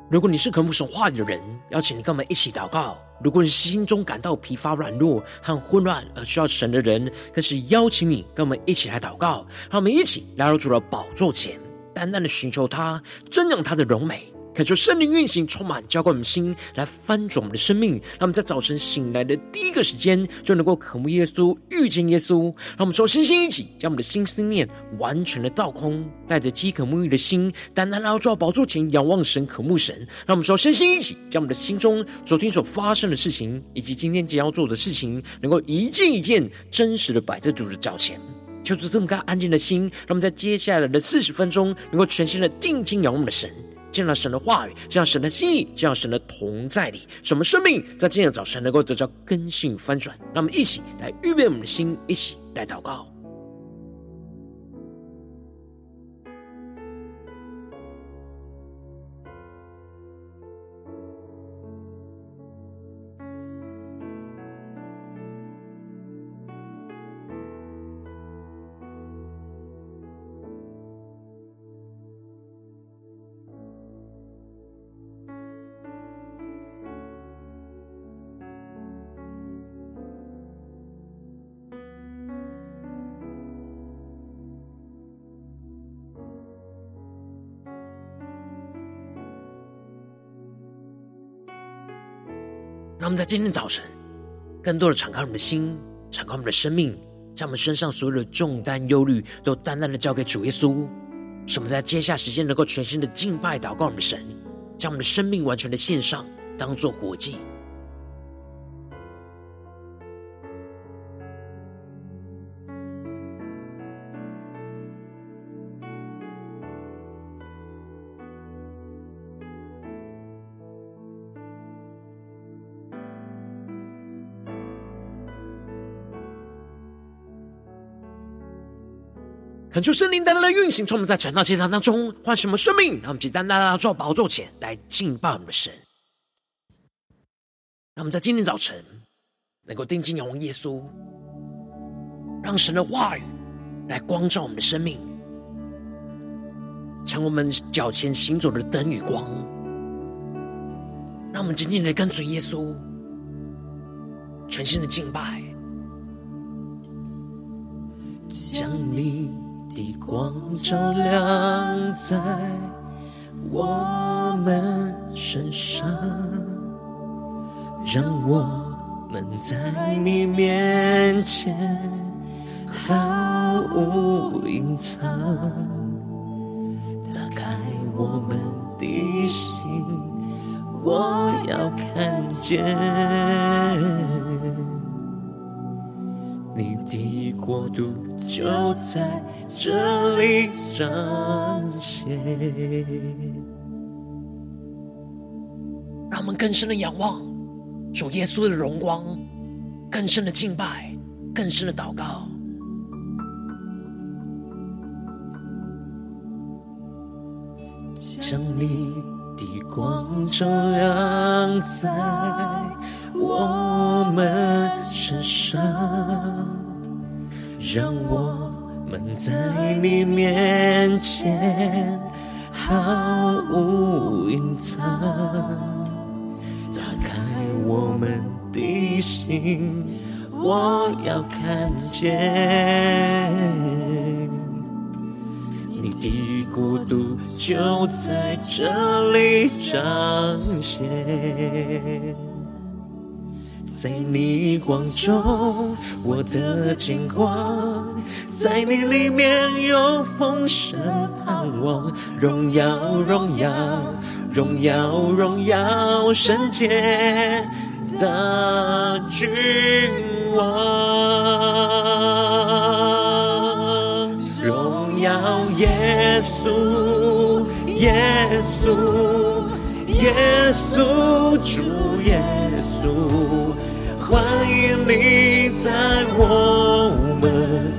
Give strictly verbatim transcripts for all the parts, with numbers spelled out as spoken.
如果你是渴慕神话语的人，邀请你跟我们一起祷告。如果你心中感到疲乏软弱和混乱而需要神的人，更是邀请你跟我们一起来祷告。让我们一起来到主的宝座前，单单的寻求他，瞻仰他的荣美，恳求圣灵运行充满浇灌我们心，来翻转我们的生命。让我们在早晨醒来的第一个时间就能够渴慕耶稣，遇见耶稣。让我们说身心一起将我们的心思念完全的倒空，带着饥渴沐浴的心，单单来到宝座前仰望神，渴慕神。让我们说身心一起将我们的心中昨天所发生的事情，以及今天即将要做的事情，能够一件一件真实的摆在主的脚前。求主这么个安静的心，让我们在接下来的四十分钟能够全心的定睛仰望我们的神，见到神的话语，见到神的心意，见到神的同在里，使我们生命在今天的早晨能够得到更新翻转。让我们一起来预备我们的心，一起来祷告。让我们在今天早晨更多的敞开我们的心，敞开我们的生命，将我们身上所有的重担忧虑都单单的交给主耶稣，使我们在接下时间能够全心的敬拜祷告我们的神，将我们的生命完全的献上，当作活祭。恳求圣灵单单的运行，从我们在传道祭坛当中唤醒我们生命，让我们简单单单坐宝座前来敬拜我们的神。让我们在今天早晨能够定睛仰望耶稣，让神的话语来光照我们的生命，成为我们脚前行走的灯与光。让我们紧紧的跟随耶稣，全心的敬拜，将你的光照亮在我们身上，让我们在你面前毫无隐藏，打开我们的心，我要看见你的国度就在这里彰显。让我们更深的仰望主耶稣的荣光，更深的敬拜，更深的祷告。将你的光照亮在我们身上，让我们在你面前毫无隐藏，打开我们的心，我要看见你的国度就在这里彰显。在你光中我的见光，在你里面有丰盛盼望，荣耀荣耀荣耀荣耀圣洁的君王，荣耀耶稣耶稣耶稣主耶稣，欢迎你在我们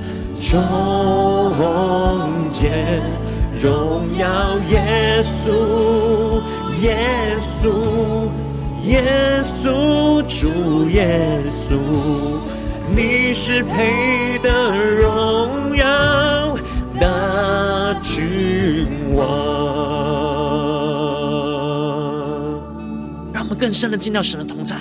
中间，荣耀耶稣耶稣耶稣主耶稣，你是配得荣耀的君王。 更深的进到神的同在，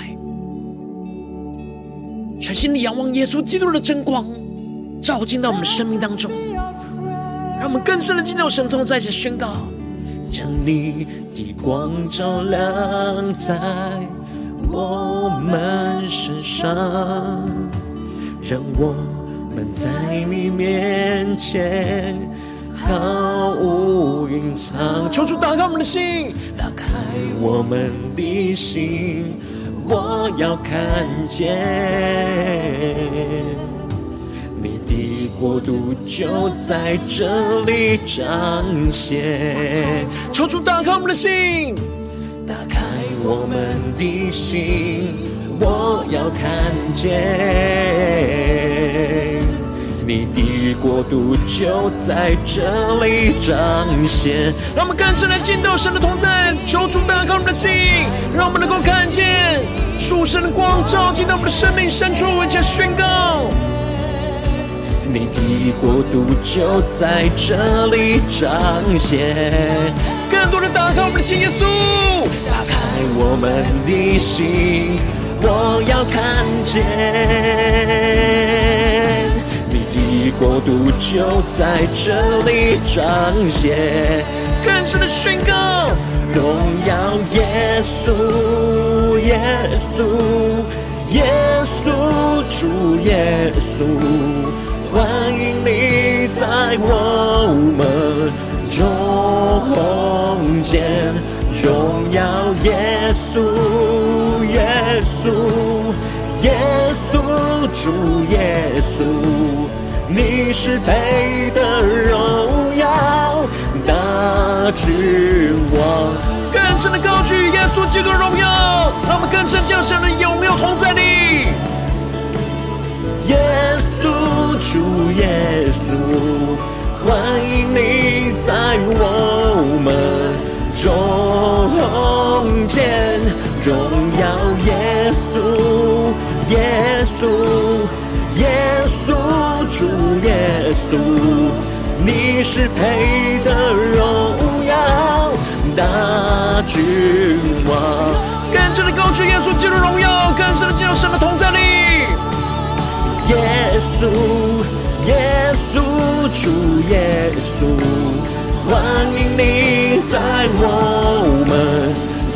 全心的仰望耶稣基督的真光照进到我们的生命当中，让我们更深的进到神同在，一起宣告：将你的光照亮在我们身上，让我们在你面前毫无隐藏。求主打开我们的心，打开我们的心，我要看见你的国度就在这里彰显。求主打开我们的心，打开我们的心，我要看见你的国度就在这里彰显。让我们更深的进到神的同在，求主打开我们的心，让我们能够看见属神的光照进到我们的生命深处，一起宣告：你的国度就在这里彰显。更多的打开我们的心，耶稣，打开我们的心，我要看见你的国度就在这里彰显。更深的宣告：荣耀耶稣，耶稣，耶稣，主耶稣，欢迎你在我们中间。荣耀耶稣，耶稣，耶稣，主耶稣，你是配得荣耀大君王。更深的高举耶稣基督的荣耀，让我们更深将神的有没有同在里。耶稣，主耶稣，欢迎你在我们中间。荣耀耶稣，耶稣，耶稣，主耶稣，你是配得荣耀大君王。更深的高举耶稣基督的荣耀，更深的进入神的同在里。耶稣，耶稣，主耶稣，欢迎你在我们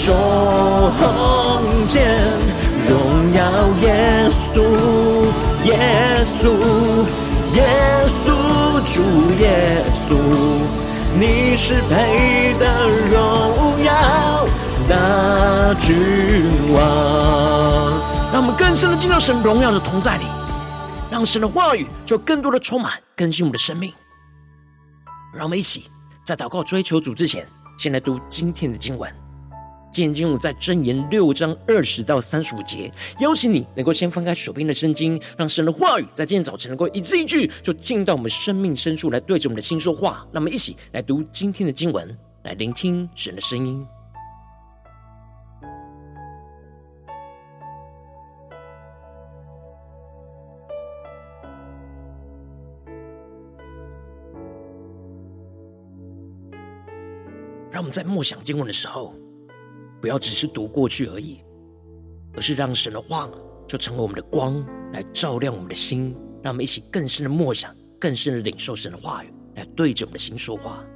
中间。荣耀耶稣，耶稣，耶稣，主耶稣，你是配得荣耀大君王。让我们更深的进入神荣耀的同在里，让神的话语就更多的充满更新我们的生命。让我们一起在祷告追求主之前，先来读今天的经文。今天经文在箴言六章二十到三十五节，邀请你能够先翻开手边的圣经，让神的话语在今天早晨能够一字一句就进到我们生命深处，来对着我们的心说话。让我们一起来读今天的经文，来聆听神的声音。让我们在默想经文的时候，不要只是读过去而已，而是让神的话就成为我们的光，来照亮我们的心。让我们一起更深的默想，更深的领受神的话语，来对着我们的心说话。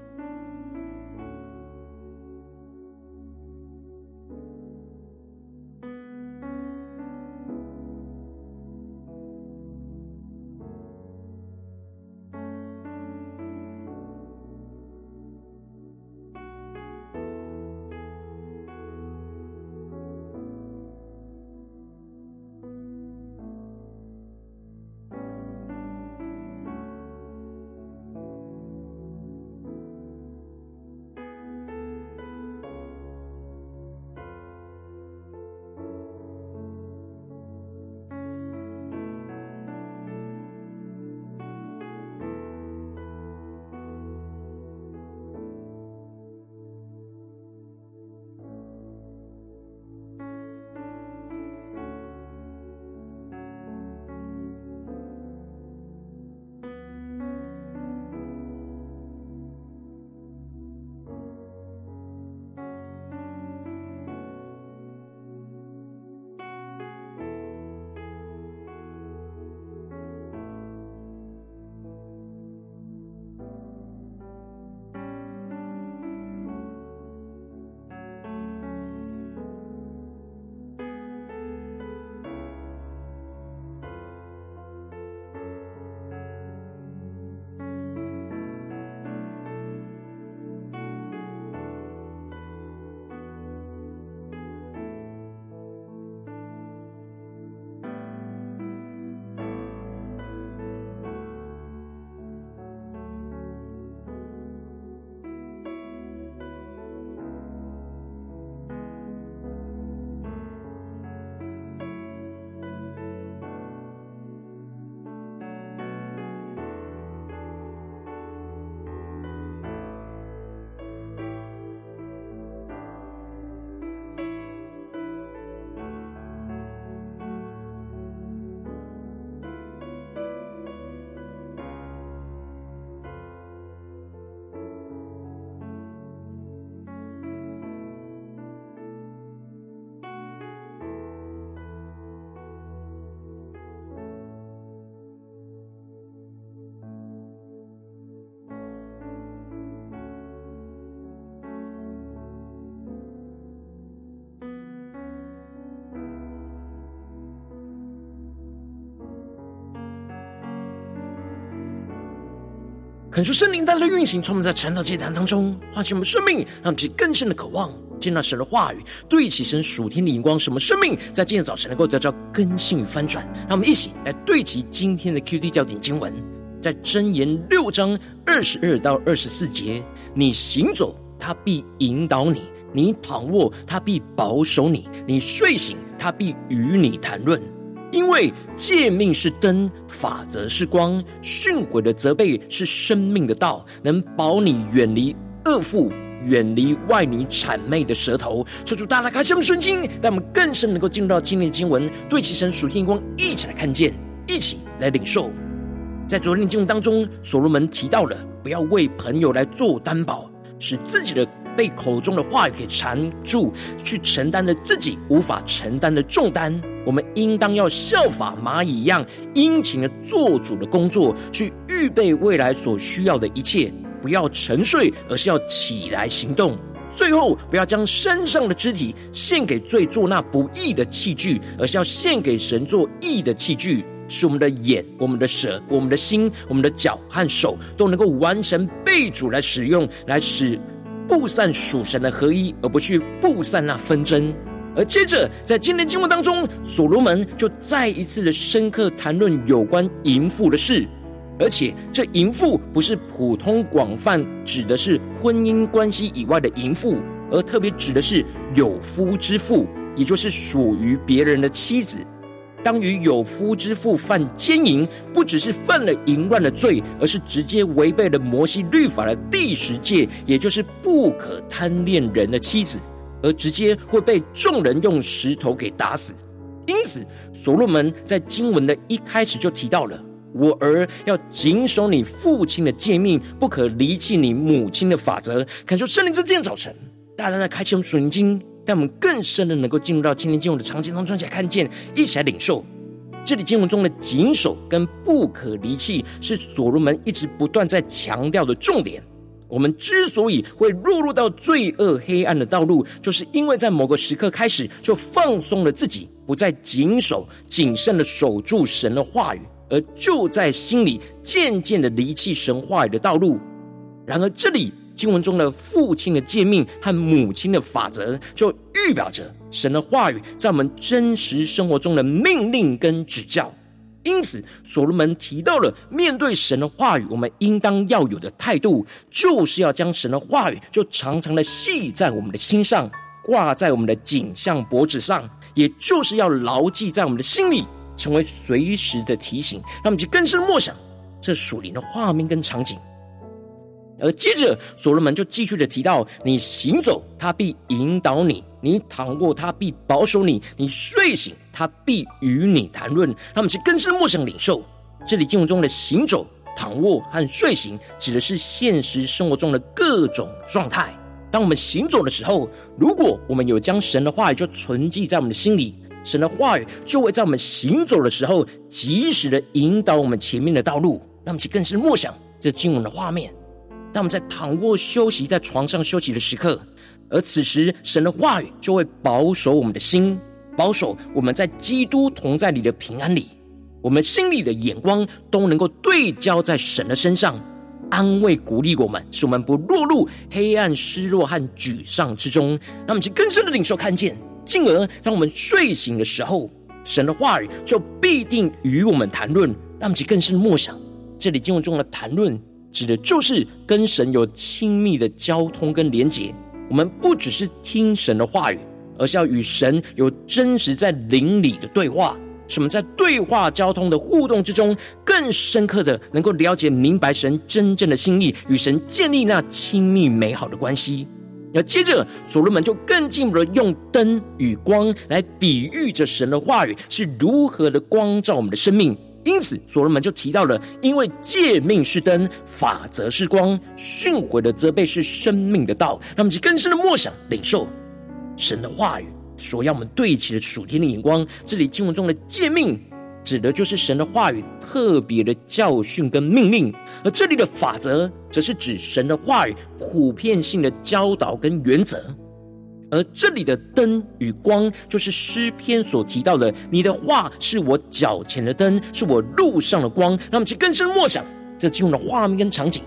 恳求圣灵带来的运行，充满在晨祷祭坛当中，唤醒我们生命，让我们去更深的渴望见到神的话语，对齐神属天的眼光，使我们生命在今天早晨能够得到更新与翻转。让我们一起来对齐今天的 Q T 焦点经文，在箴言六章二十二到二十四节，你行走，他必引导你；你躺卧，他必保守你；你睡醒，他必与你谈论。因为诫命是灯，法则是光，训诲的责备是生命的道，能保你远离恶妇，远离外女谄媚的舌头。求主大大开启我们顺心，让我们更深能够进入到今天的经文，对其神属天光一起来看见，一起来领受。在昨天的经文当中，所罗门提到了不要为朋友来做担保，使自己的被口中的话语给缠住，去承担了自己无法承担的重担。我们应当要效法蚂蚁一样，殷勤的做主的工作，去预备未来所需要的一切，不要沉睡，而是要起来行动。最后，不要将身上的肢体献给罪做那不义的器具，而是要献给神做义的器具，使我们的眼、我们的舌、我们的心、我们的脚和手都能够完成被主来使用，来使布散属神的合一，而不去布散那纷争。而接着在今天经文当中，所罗门就再一次的深刻谈论有关淫妇的事，而且这淫妇不是普通广泛指的是婚姻关系以外的淫妇，而特别指的是有夫之妇，也就是属于别人的妻子。当与有夫之妇犯奸淫，不只是犯了淫乱的罪，而是直接违背了摩西律法的第十诫，也就是不可贪恋人的妻子，而直接会被众人用石头给打死。因此所罗门在经文的一开始就提到了，我儿要谨守你父亲的诫命，不可离弃你母亲的法则。感受圣灵在今天早晨大胆的开启我们属灵经，让我们更深的能够进入到今天经文的场景当中，一起来看见，一起来领受。这里经文中的谨守跟不可离弃，是所罗门一直不断在强调的重点。我们之所以会落入到罪恶黑暗的道路，就是因为在某个时刻开始就放松了自己，不再谨守谨慎的守住神的话语，而就在心里渐渐的离弃神话语的道路。然而这里经文中的父亲的诫命和母亲的法则，就预表着神的话语在我们真实生活中的命令跟指教。因此所罗门提到了面对神的话语，我们应当要有的态度，就是要将神的话语就常常的系在我们的心上，挂在我们的颈项脖子上，也就是要牢记在我们的心里，成为随时的提醒，让我们去更深默想这属灵的画面跟场景。而接着所罗门就继续的提到，你行走，他必引导你；你躺卧，他必保守你；你睡醒，他必与你谈论。让我们去更深默想领受这里经文中的行走、躺卧和睡醒，指的是现实生活中的各种状态。当我们行走的时候，如果我们有将神的话语就存记在我们的心里，神的话语就会在我们行走的时候及时的引导我们前面的道路。让我们去更深默想这经文的画面。当我们在躺卧休息，在床上休息的时刻，而此时神的话语就会保守我们的心，保守我们在基督同在里的平安里，我们心里的眼光都能够对焦在神的身上，安慰鼓励我们，使我们不落入黑暗失落和沮丧之中。让我们去更深的领受看见，进而让我们睡醒的时候，神的话语就必定与我们谈论。让我们去更深的默想，这里经文中的谈论指的就是跟神有亲密的交通跟连结。我们不只是听神的话语，而是要与神有真实在灵里的对话，使我们在对话交通的互动之中，更深刻的能够了解明白神真正的心意，与神建立那亲密美好的关系。而接着所罗门就更进一步的用灯与光来比喻着神的话语是如何的光照我们的生命。因此所罗门就提到了，因为诫命是灯，法则是光，训诲的责备是生命的道。让我们去更深的默想领受神的话语所要我们对齐的属天的眼光。这里经文中的诫命指的就是神的话语特别的教训跟命令，而这里的法则则是指神的话语普遍性的教导跟原则。而这里的灯与光，就是诗篇所提到的，你的话是我脚前的灯，是我路上的光。让我们去更深默想这经文的画面跟场景，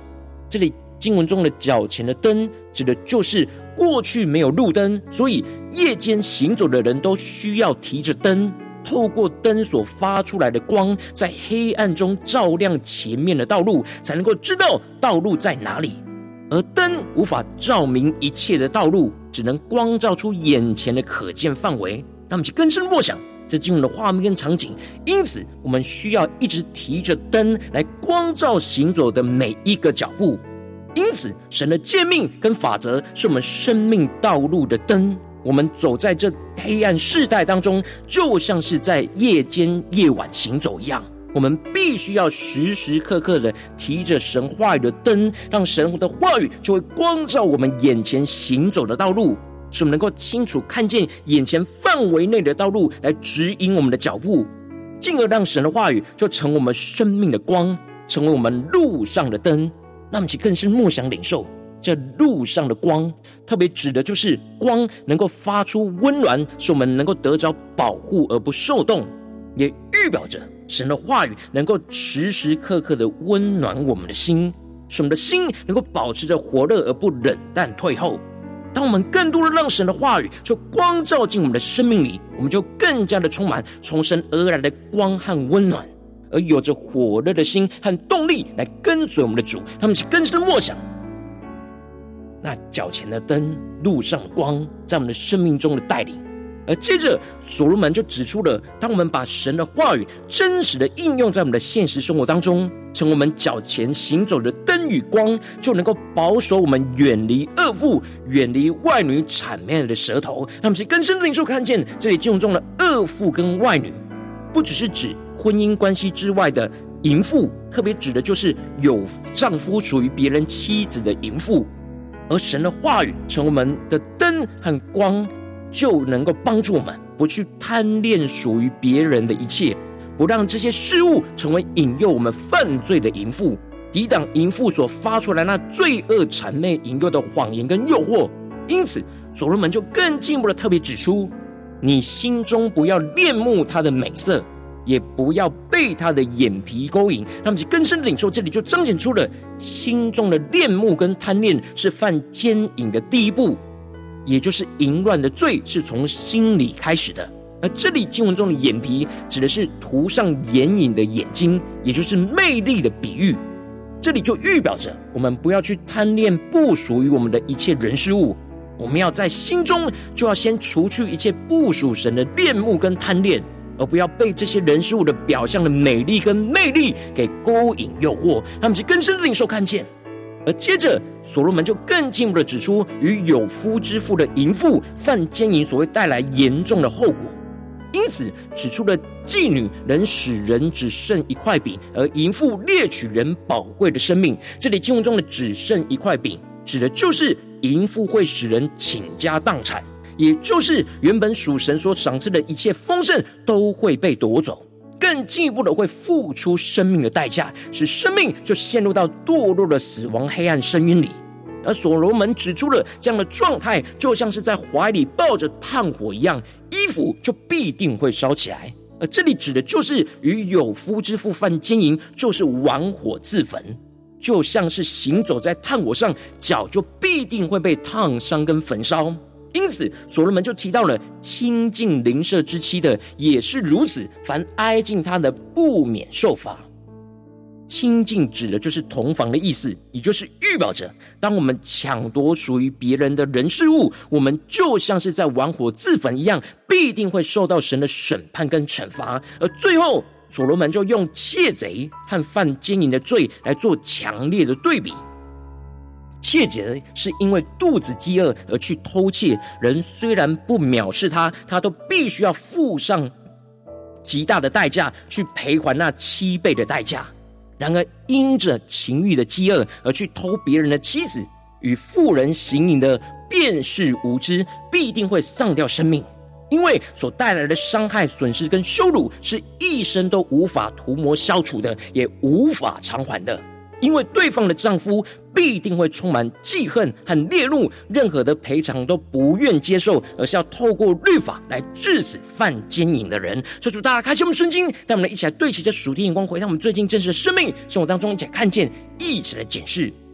这里经文中的脚前的灯指的就是过去没有路灯，所以夜间行走的人都需要提着灯，透过灯所发出来的光，在黑暗中照亮前面的道路，才能够知道道路在哪里。而灯无法照明一切的道路，只能光照出眼前的可见范围。那么就更深默想这经文的画面跟场景，因此我们需要一直提着灯来光照行走的每一个脚步。因此神的诫命跟法则是我们生命道路的灯，我们走在这黑暗世代当中，就像是在夜间夜晚行走一样，我们必须要时时刻刻的提着神话语的灯，让神的话语就会光照我们眼前行走的道路，使我们能够清楚看见眼前范围内的道路，来指引我们的脚步，进而让神的话语就成为我们生命的光，成为我们路上的灯。那么其更是默想领受这路上的光，特别指的就是光能够发出温暖，使我们能够得着保护而不受冻，也预表着神的话语能够时时刻刻的温暖我们的心，使我们的心能够保持着火热而不冷淡退后。当我们更多的让神的话语就光照进我们的生命里，我们就更加的充满从神而来的光和温暖，而有着火热的心和动力来跟随我们的主。他们是更深的默想那脚前的灯，路上的光在我们的生命中的带领。而接着所罗门就指出了，当我们把神的话语真实的应用在我们的现实生活当中，成为我们脚前行走的灯与光，就能够保守我们远离恶妇，远离外女谄媚的舌头。那么是更深的领受看见，这里经文中的恶妇跟外女不只是指婚姻关系之外的淫妇，特别指的就是有丈夫属于别人妻子的淫妇。而神的话语成为我们的灯和光，就能够帮助我们不去贪恋属于别人的一切，不让这些事物成为引诱我们犯罪的淫妇，抵挡淫妇所发出来那罪恶谄媚引诱的谎言跟诱惑。因此所罗门就更进一步的特别指出，你心中不要恋慕她的美色，也不要被他的眼皮勾引。那么更深的领受，这里就彰显出了心中的恋慕跟贪恋是犯奸淫的第一步，也就是淫乱的罪是从心里开始的。而这里经文中的眼皮指的是涂上眼影的眼睛，也就是魅力的比喻。这里就预表着我们不要去贪恋不属于我们的一切人事物，我们要在心中就要先除去一切不属神的恋慕跟贪恋，而不要被这些人事物的表象的美丽跟魅力给勾引诱惑，他们就更深的领受看见。而接着所罗门就更进一步的指出，与有夫之妇的淫妇犯奸淫所会带来严重的后果，因此指出了妓女能使人只剩一块饼，而淫妇猎取人宝贵的生命。这里经文中的只剩一块饼，指的就是淫妇会使人倾家荡产，也就是原本属神所赏赐的一切丰盛都会被夺走，更进一步的会付出生命的代价，使生命就陷入到堕落的死亡黑暗深渊里。而所罗门指出了这样的状态，就像是在怀里抱着炭火一样，衣服就必定会烧起来。而这里指的就是与有夫之妇犯奸淫，就是玩火自焚，就像是行走在炭火上，脚就必定会被烫伤跟焚烧。因此所罗门就提到了亲近邻舍之妻的也是如此，凡挨近他的不免受罚。亲近指的就是同房的意思，也就是预表着当我们抢夺属于别人的人事物，我们就像是在玩火自焚一样，必定会受到神的审判跟惩罚。而最后所罗门就用窃贼和犯奸淫的罪来做强烈的对比。窃贼是因为肚子饥饿而去偷窃，人虽然不藐视他，他都必须要付上极大的代价去赔还那七倍的代价。然而因着情欲的饥饿而去偷别人的妻子，与妇人行淫的便是无知，必定会丧掉生命，因为所带来的伤害、损失跟羞辱是一生都无法涂抹消除的，也无法偿还的。因为对方的丈夫必定会充满记恨和烈怒，任何的赔偿都不愿接受，而是要透过律法来致死犯奸淫的人。所以主大家开启我们顺经，让我们一起来对齐这属天眼光，回到我们最近真实的生命生活当中，一起来看见，一起来检视。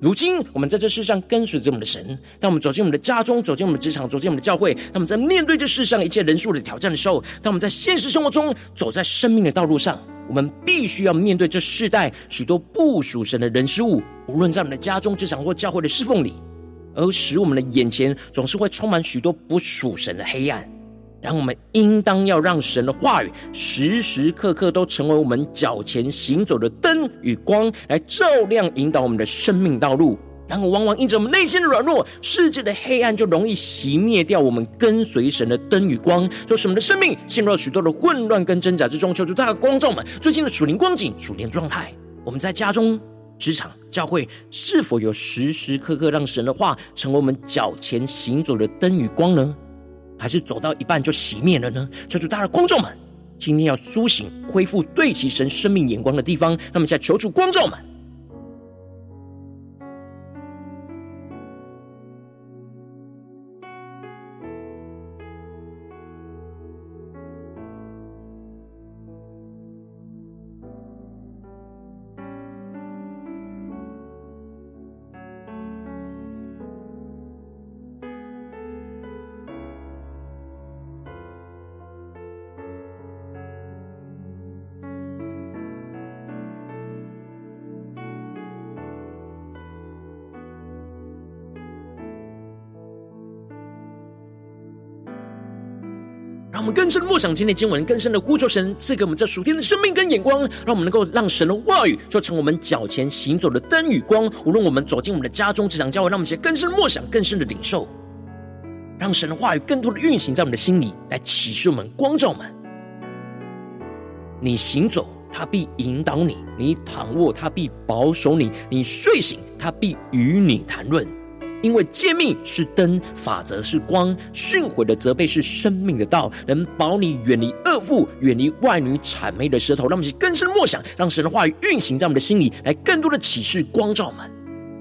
如今我们在这世上跟随着我们的神，当我们走进我们的家中，走进我们的职场，走进我们的教会，当我们在面对这世上一切人数的挑战的时候，当我们在现实生活中走在生命的道路上，我们必须要面对这世代许多不属神的人事物，无论在我们的家中、职场或教会的侍奉里，而使我们的眼前总是会充满许多不属神的黑暗。然后我们应当要让神的话语时时刻刻都成为我们脚前行走的灯与光，来照亮引导我们的生命道路。然而往往因着我们内心的软弱，世界的黑暗就容易熄灭掉我们跟随神的灯与光，就使我们的生命陷入了许多的混乱跟挣扎之中。求主大家光照我们最近的属灵光景、属灵状态。我们在家中、职场、教会是否有时时刻刻让神的话成为我们脚前行走的灯与光呢？还是走到一半就熄灭了呢？求主大家光照们今天要苏醒恢复对齐神生命眼光的地方，那么现在求主光照们。让我们更深的默想今天的经文，更深的呼求神赐给我们这属天的生命跟眼光，让我们能够让神的话语就成我们脚前行走的灯与光。无论我们走进我们的家中、职场、教会，让我们先更深的默想，更深的领受，让神的话语更多的运行在我们的心里，来启示我们、光照我们。你行走，他必引导你；你躺卧，他必保守你；你睡醒，他必与你谈论。因为诫命是灯，法则是光，训诲的责备是生命的道，能保你远离恶妇，远离外女谄媚的舌头。让我们更深默想，让神的话语运行在我们的心里，来更多的启示光照我们。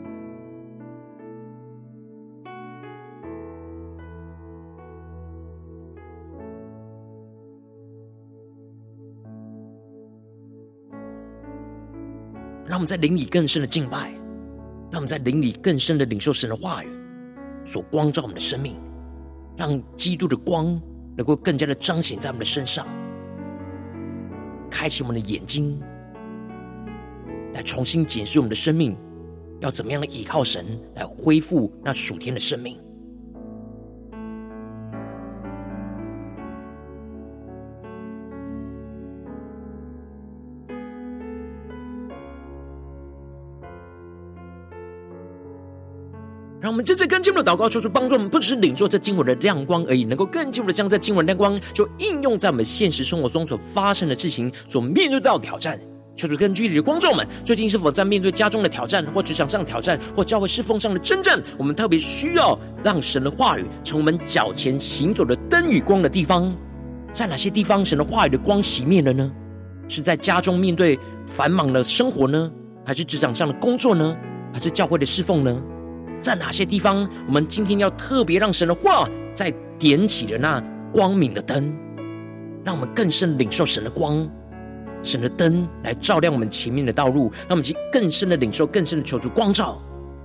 让我们在灵里更深的敬拜，让我们在灵里更深的领受神的话语所光照我们的生命，让基督的光能够更加的彰显在我们的身上，开启我们的眼睛，来重新检视我们的生命要怎么样的依靠神来恢复那属天的生命。让我们真正更进一步的祷告，求主帮助我们，不只是领受这经文的亮光而已，能够更进一步的将这经文亮光就应用在我们现实生活中所发生的事情，所面对到的挑战。求主更具体的光照我们，最近是否在面对家中的挑战，或职场上的挑战，或教会侍奉上的征战，我们特别需要让神的话语从我们脚前行走的灯与光的地方。在哪些地方神的话语的光熄灭了呢？是在家中面对繁忙的生活呢？还是职场上的工作呢？还是教会的侍奉呢？在哪些地方我们今天要特别让神的话在点起了那光明的灯，让我们更深领受神的光，神的灯来照亮我们前面的道路，让我们更深的领受，更深的求主光照。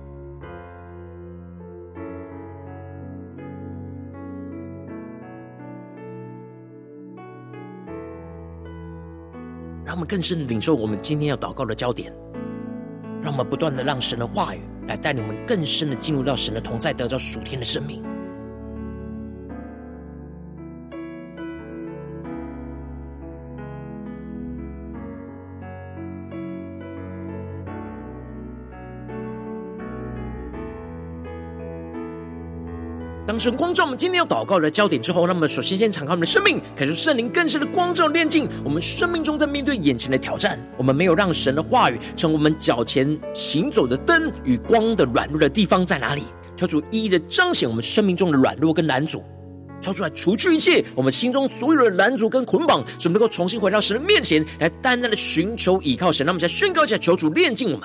让我们更深的领受我们今天要祷告的焦点，让我们不断的让神的话语来带领我们更深的进入到神的同在，得到属天的生命。当神光照我们今天要祷告的焦点之后，那么首先先敞开我们的生命，感受圣灵更深的光照炼净我们生命中在面对眼前的挑战。我们没有让神的话语成为我们脚前行走的灯与光的软弱的地方在哪里？求主一一的彰显我们生命中的软弱跟拦阻，求主来除去一切我们心中所有的拦阻跟捆绑，使我们能够重新回到神的面前，来单单的寻求倚靠神。那么再宣告一下，求主炼净我们。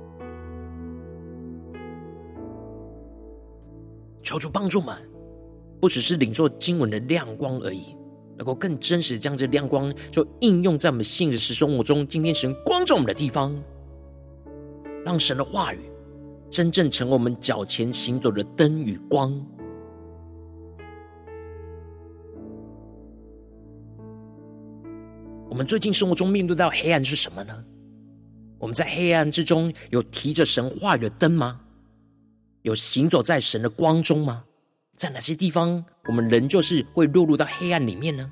求主帮助我们， 不只是领受经文的亮光而已，能够更真实地将这亮光就应用在我们现实生活中，今天神光照我们的地方，让神的话语真正成为我们脚前行走的灯与光。我们最近生活中面对到黑暗是什么呢？我们在黑暗之中有提着神话语的灯吗？有行走在神的光中吗？在哪些地方我们仍旧是会落入到黑暗里面呢？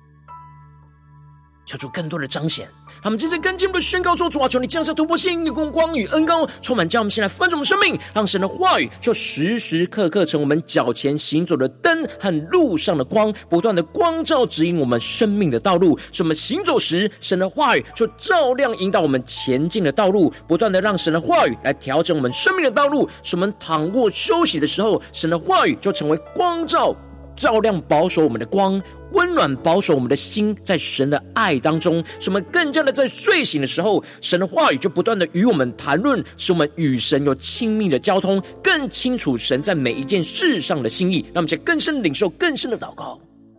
求主更多的彰显，他们接着更进一步的宣告说：主啊，求你降下突破性的光与恩膏，充满将我们现在翻转我们生命，让神的话语就时时刻刻成我们脚前行走的灯和路上的光，不断的光照指引我们生命的道路。使我们行走时，神的话语就照亮引导我们前进的道路，不断的让神的话语来调整我们生命的道路。使我们躺卧休息的时候，神的话语就成为光照，照亮保守我们的光，温暖保守我们的心，在神的爱当中。使我们更加的在睡醒的时候，神的话语就不断的与我们谈论，使我们与神有亲密的交通，更清楚神在每一件事上的心意。让我们在更深的领受，更深的祷告，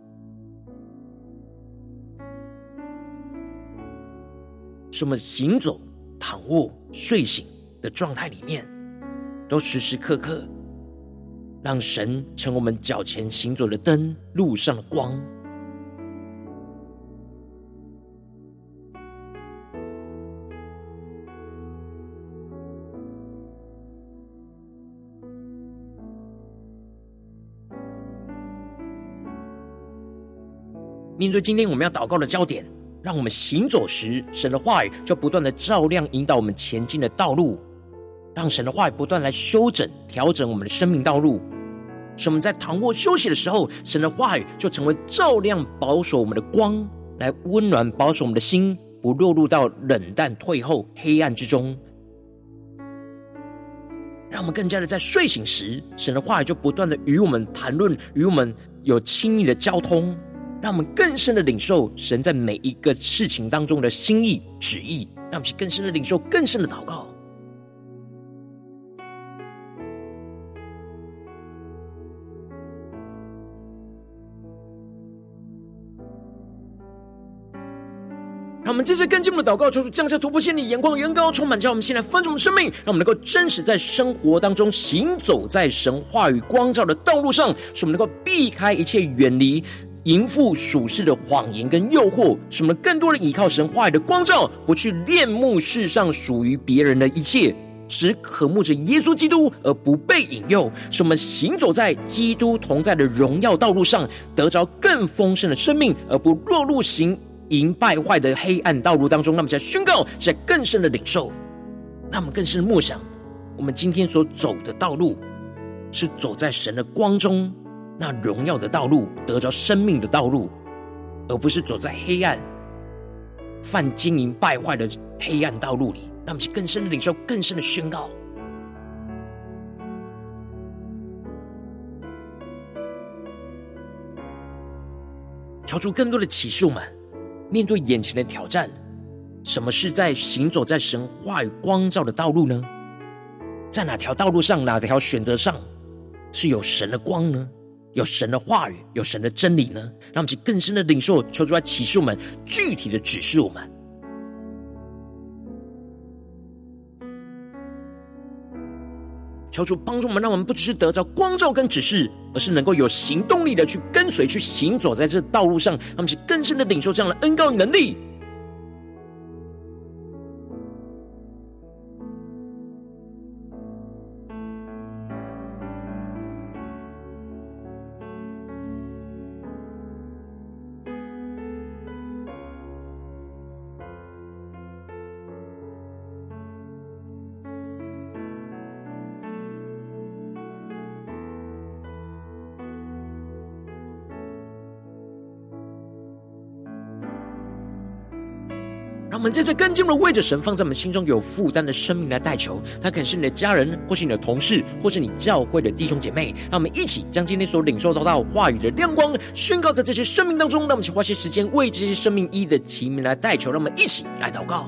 使我们行走、躺卧、睡醒的状态里面，都时时刻刻让神成为我们脚前行走的灯，路上的光。面对今天我们要祷告的焦点，让我们行走时，神的话语就不断的照亮引导我们前进的道路，让神的话语不断来修整调整我们的生命道路。使我们在躺卧休息的时候，神的话语就成为照亮保守我们的光，来温暖保守我们的心，不落入到冷淡退后黑暗之中。让我们更加的在睡醒时，神的话语就不断的与我们谈论，与我们有亲密的交通，让我们更深的领受神在每一个事情当中的心意旨意，让我们去更深的领受，更深的祷告。让我们接着更进一步的祷告，求主降下突破线的眼光、远高，充满将我们现在翻转我们生命，让我们能够真实在生活当中行走在神话语光照的道路上，使我们能够避开一切远离淫妇属世的谎言跟诱惑，使我们更多的依靠神话语的光照，不去恋慕世上属于别人的一切，只渴慕着耶稣基督而不被引诱，使我们行走在基督同在的荣耀道路上，得着更丰盛的生命，而不落入行淫败坏的黑暗道路当中。那么在宣告，在更深的领受，那么更深的默想，我们今天所走的道路是走在神的光中，那荣耀的道路，得着生命的道路，而不是走在黑暗犯经营败坏的黑暗道路里。让我们去更深的领受，更深的宣告。求出更多的启示我们，面对眼前的挑战，什么是在行走在神话语光照的道路呢？在哪条道路上，哪条选择上是有神的光呢？有神的话语，有神的真理呢？让我们去更深的领受，求主来启示我们，具体的指示我们。求主帮助我们，让我们不只是得着光照跟指示，而是能够有行动力的去跟随，去行走在这道路上。让我们去更深的领受这样的恩膏与能力。让我们在这更进一步的为着神放在我们心中有负担的生命来代求，他可能是你的家人，或是你的同事，或是你教会的弟兄姐妹。让我们一起将今天所领受到的话语的亮光宣告在这些生命当中。让我们一起花些时间为这些生命一的提名来代求。让我们一起来祷告。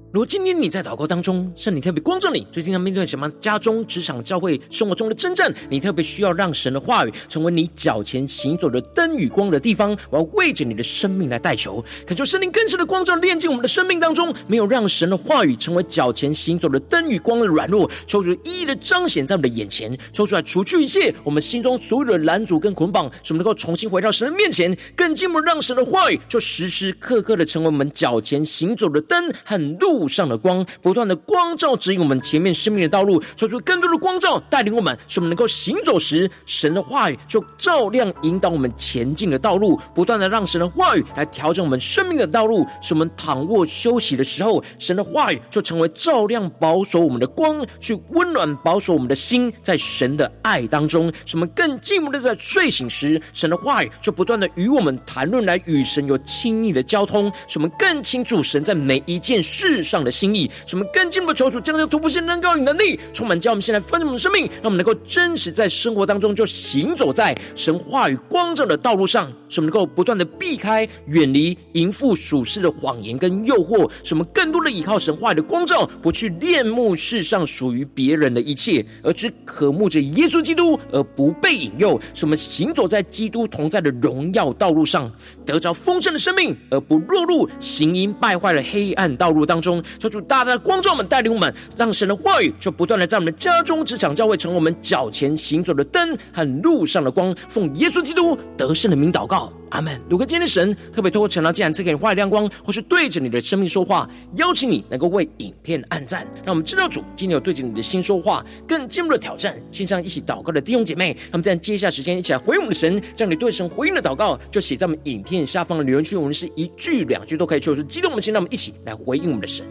如果今天你在祷告当中，圣灵特别光照你，最近要面对什么家中、职场、教会、生活中的征战，你特别需要让神的话语成为你脚前行走的灯与光的地方，我要为着你的生命来代求，恳求圣灵更深的光照炼进我们的生命当中，没有让神的话语成为脚前行走的灯与光的软弱，求主一一的彰显在我们的眼前，抽出来除去一切我们心中所有的拦阻跟捆绑，使我们能够重新回到神的面前，更进一步让神的话语就时时刻刻的成为我们脚前行走的灯和路上的光，不断的光照指引我们前面生命的道路，抽出更多的光照带领我们，使我们能够行走时，神的话语就照亮引导我们前进的道路，不断的让神的话语来调整我们生命的道路，使我们躺卧休息的时候，神的话语就成为照亮保守我们的光，去温暖保守我们的心，在神的爱当中，使我们更进一步的在睡醒时，神的话语就不断的与我们谈论，来与神有亲密的交通，使我们更清楚神在每一件事上的心意，使我们更进一步的求主将这突破性能高与能力充满叫我们现在分盛我们的生命，让我们能够真实在生活当中就行走在神话语光照的道路上，使我们能够不断的避开远离淫妇属世的谎言跟诱惑，使我们更多的依靠神话语的光照，不去恋慕世上属于别人的一切，而只渴慕着耶稣基督，而不被引诱，使我们行走在基督同在的荣耀道路上，得着丰盛的生命，而不落入行淫败坏的黑暗道路当中。求主大大的光照我们，带领我们，让神的话语就不断的在我们的家中、职场、教会成为我们脚前行走的灯和路上的光。奉耶稣基督得胜的名祷告，阿们。如果今天的神特别透过陈老既然赐给你话语亮光，或是对着你的生命说话，邀请你能够为影片按赞，让我们知道主今天有对着你的心说话，更进一步的挑战线上一起祷告的弟兄姐妹，让我们在接下来时间一起来回应我们的神，将你对神回应的祷告就写在我们影片下方的留言区，我们是一句两句都可以，就是激动我们的心，让我们一起来回应我们的神。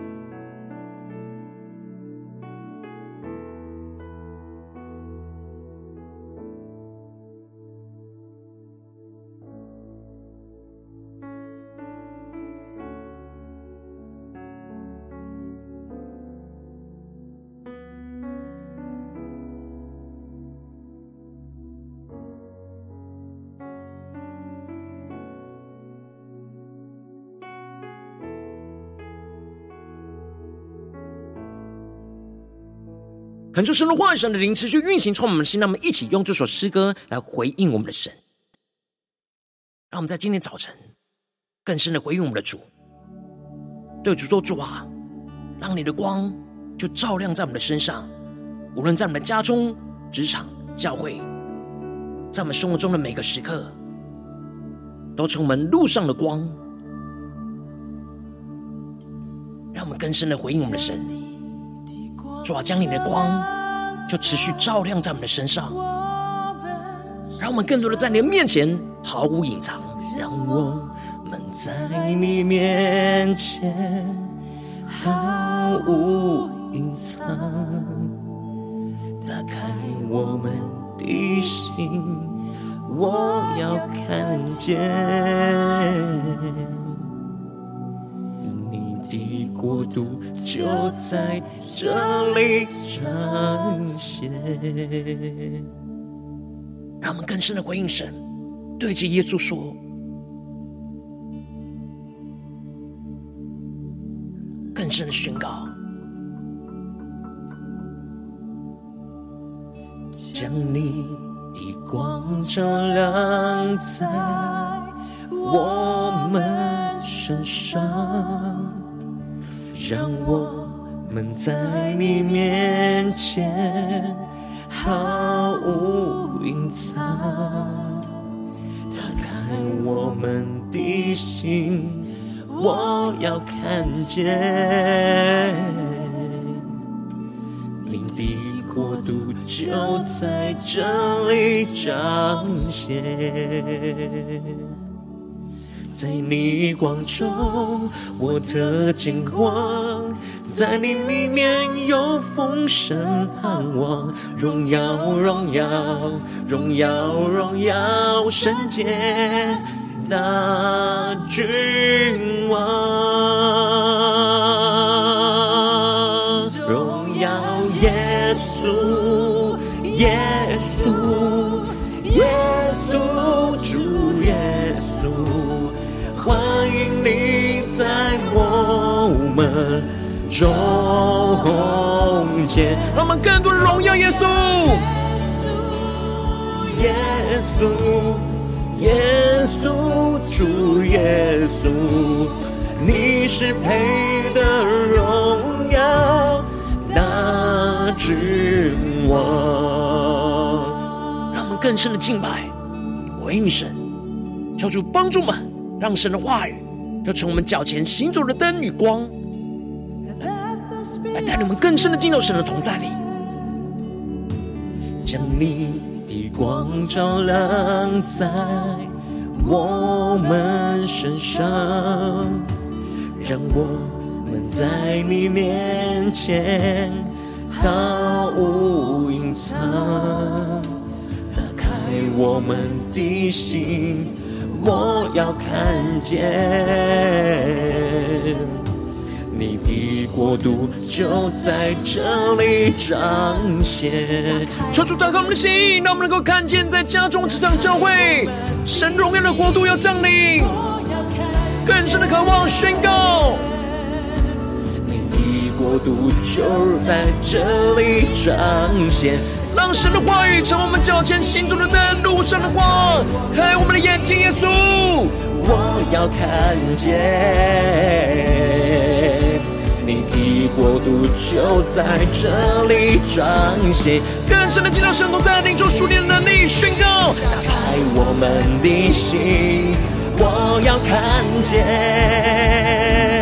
恳求神的话语、神的灵持续运行充满我们的心，让我们一起用这首诗歌来回应我们的神，让我们在今天早晨更深的回应我们的主，对主说：主啊，让你的光就照亮在我们的身上，无论在我们的家中、职场、教会，在我们生活中的每个时刻，都成我们路上的光，让我们更深的回应我们的神。主啊，将你的光就持续照亮在我们的身上，让我们更多的在你的面前毫无隐藏，让我们在你面前毫无隐藏，打开我们的心，我要看见的国度就在这里彰显。让我们更深的回应神，对着耶稣说：更深的宣告，将你的光照亮在我们身上，让我们在你面前毫无隐藏，打开我们的心，我要看见你的国度就在这里彰显。在你光中我得见光，在你里面有丰盛盼望，荣耀荣耀荣耀荣耀圣洁大君王，荣耀耶稣耶稣耶稣主耶稣，欢迎你在我们中间。让我们更多的荣耀耶稣，耶稣，耶稣，主耶稣，你是配得荣耀大君王。让我们更深的敬拜回应神，求主帮助我们，让神的话语就从我们脚前行走的灯与光，来带领我们更深的进入神的同在里，将你的光照亮在我们身上，让我们在你面前毫无隐藏，打开我们的心，我要看见你的国度就在这里彰显。求主打开我们的心，让我们能够看见在家中职场教会神荣耀的国度要降临，更深的渴望宣告你的国度就在这里彰显。让神的话语成为我们脚前行走的灯，路上的光，开我们的眼睛，耶稣，我要看见你的国度就在这里彰显。更深的进到神同在，领受属灵的能力，宣告打开我们的心，我要看见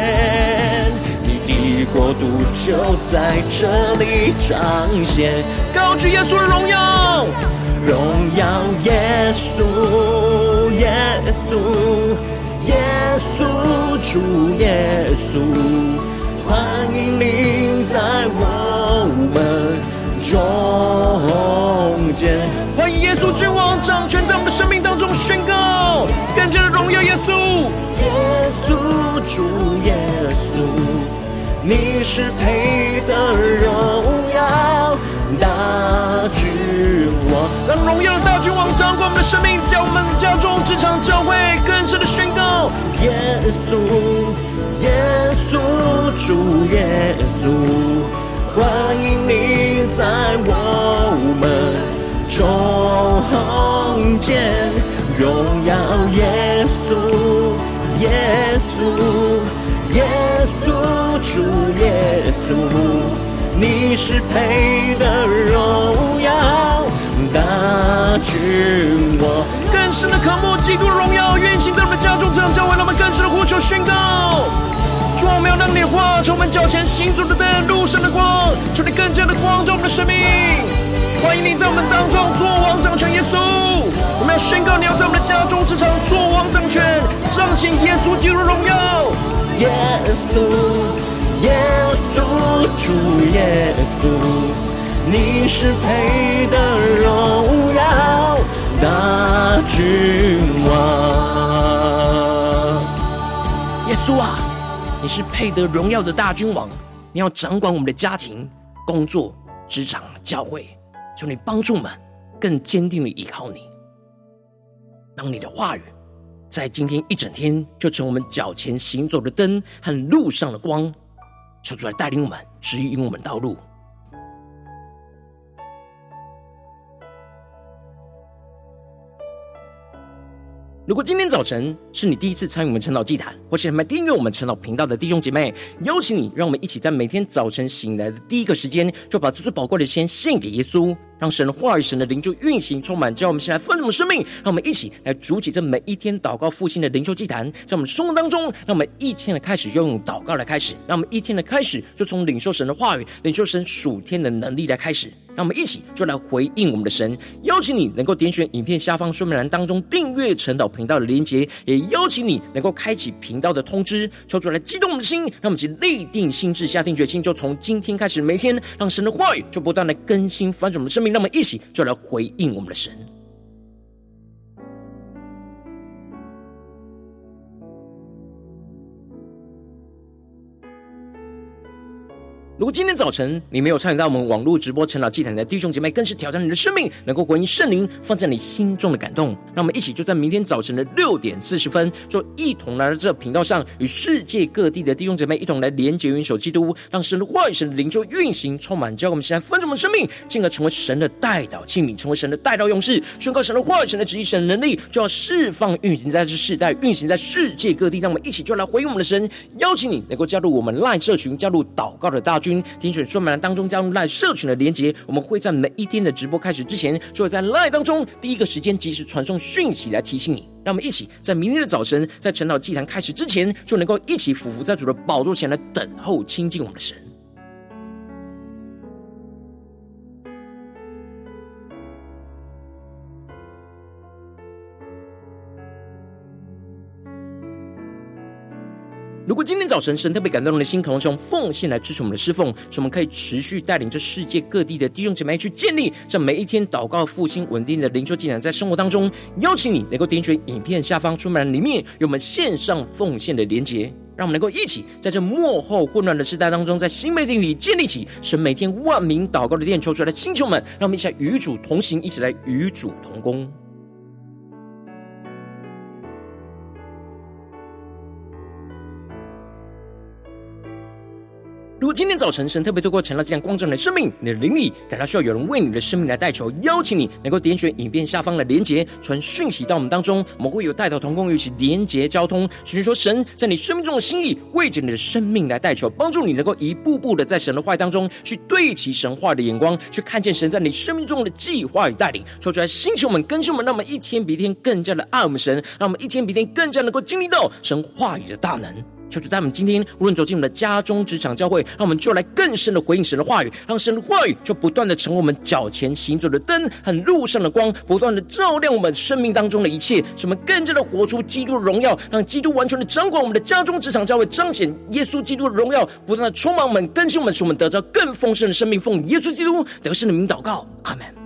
国度就在这里彰显。高举耶稣的荣耀，荣耀耶稣，耶稣，耶稣，主耶稣，欢迎你在我们中间。欢迎耶稣君王掌权在我们的生命当中，宣告更加的荣耀耶稣，耶稣，主耶稣，你是配得荣耀大君王。让荣耀的大君王掌管我们的生命，在我们家中职场教会更深的宣告，耶稣，耶稣，主耶稣，欢迎你在我们中间。荣耀耶稣，耶稣，耶稣，主耶稣，你是配得荣耀大君王。更深的渴慕基督的荣耀运行在我们的家中，这样教会让我们更深的呼求宣告，主啊，我们要让你的话从我们脚前行走的灯，路上的光，求你更加的光照我们的生命。欢迎你在我们当中作王掌权，耶稣，我们要宣告你要在我们的家中职场作王掌权，彰显耶稣基督的荣耀。耶稣，耶稣，主耶稣，你是配得荣耀大君王。耶稣啊，你是配得荣耀的大君王，你要掌管我们的家庭、工作、职场、教会，求你帮助我们更坚定的依靠你，让你的话语在今天一整天就成我们脚前行走的灯和路上的光，求主来带领我们，指引我们道路。如果今天早晨是你第一次参与我们晨祷祭坛，或是还没订阅我们晨祷频道的弟兄姐妹，邀请你，让我们一起在每天早晨醒来的第一个时间，就把最最宝贵的先献给耶稣，让神的话语、神的灵就运行充满，叫我们先来丰盛的生命。让我们一起来筑起这每一天祷告复兴的灵修祭坛，在我们生活当中，让我们一天的开始就用祷告来开始，让我们一天的开始就从领受神的话语、领受神属天的能力来开始。让我们一起就来回应我们的神。邀请你能够点选影片下方说明栏当中订阅晨祷频道的连结，也邀请你能够开启频道的通知，求主来激动我们的心，让我们一起立定心志，下定决心，就从今天开始每天让神的话语就不断的更新翻转我们的生命。让我们一起就来回应我们的神。 如果今天早晨你没有参与到我们网络直播陈老祭坛的弟兄姐妹，更是挑战你的生命，能够回应圣灵放在你心中的感动。让我们一起就在明天早晨的六点四十分，就一同来到这频道上，与世界各地的弟兄姐妹一同来连结元首基督，让神的话语、神的灵就运行充满，教我们现在分盛我们生命，进而成为神的代祷器皿，成为神的代祷勇士，宣告神的话语、神的旨意、神的能力，就要释放运行在这世代，运行在世界各地。让我们一起就来回应我们的神，邀请你能够加入我们 LINE 社群，加入祷告的大军。点选说明栏当中加入 LINE 社群的连结，我们会在每一天的直播开始之前，就会在 LINE 当中第一个时间及时传送讯息来提醒你。让我们一起在明天的早晨，在晨祷祭坛开始之前，就能够一起俯伏在主的宝座前来等候亲近我们的神。如果今天早晨神特别感动你的心，渴望用奉献来支持我们的侍奉，使我们可以持续带领这世界各地的弟兄姐妹去建立这每一天祷告复兴稳定的灵修进展，在生活当中邀请你能够点选影片下方说明栏里面有我们线上奉献的连结，让我们能够一起在这末后混乱的时代当中，在新媒体里建立起神每天万名祷告的殿，求出来的星球们，让我们一起来与主同行，一起来与主同工。如果今天早晨神特别透过陈老这样光照你的生命，你的灵里感到需要有人为你的生命来代求，邀请你能够点选影片下方的连结，传讯息到我们当中，我们会有代祷同工一起连结交通，寻求说神在你生命中的心意，为着你的生命来代求，帮助你能够一步步的在神的话语当中去对齐神话的眼光，去看见神在你生命中的计划与带领。说出来星球们更新我们，让我们一天比一天更加的爱我们神，让我们一天比一天更加能够经历到神话语的大能。求主在我们今天无论走进我们的家中、职场、教会，让我们就来更深的回应神的话语，让神的话语就不断的成为我们脚前行走的灯和路上的光，不断的照亮我们生命当中的一切，使我们更加的活出基督的荣耀，让基督完全的掌管我们的家中、职场、教会，彰显耶稣基督的荣耀，不断的充满我们，更新我们，使我们得到更丰盛的生命。奉耶稣基督得胜的名祷告，阿们。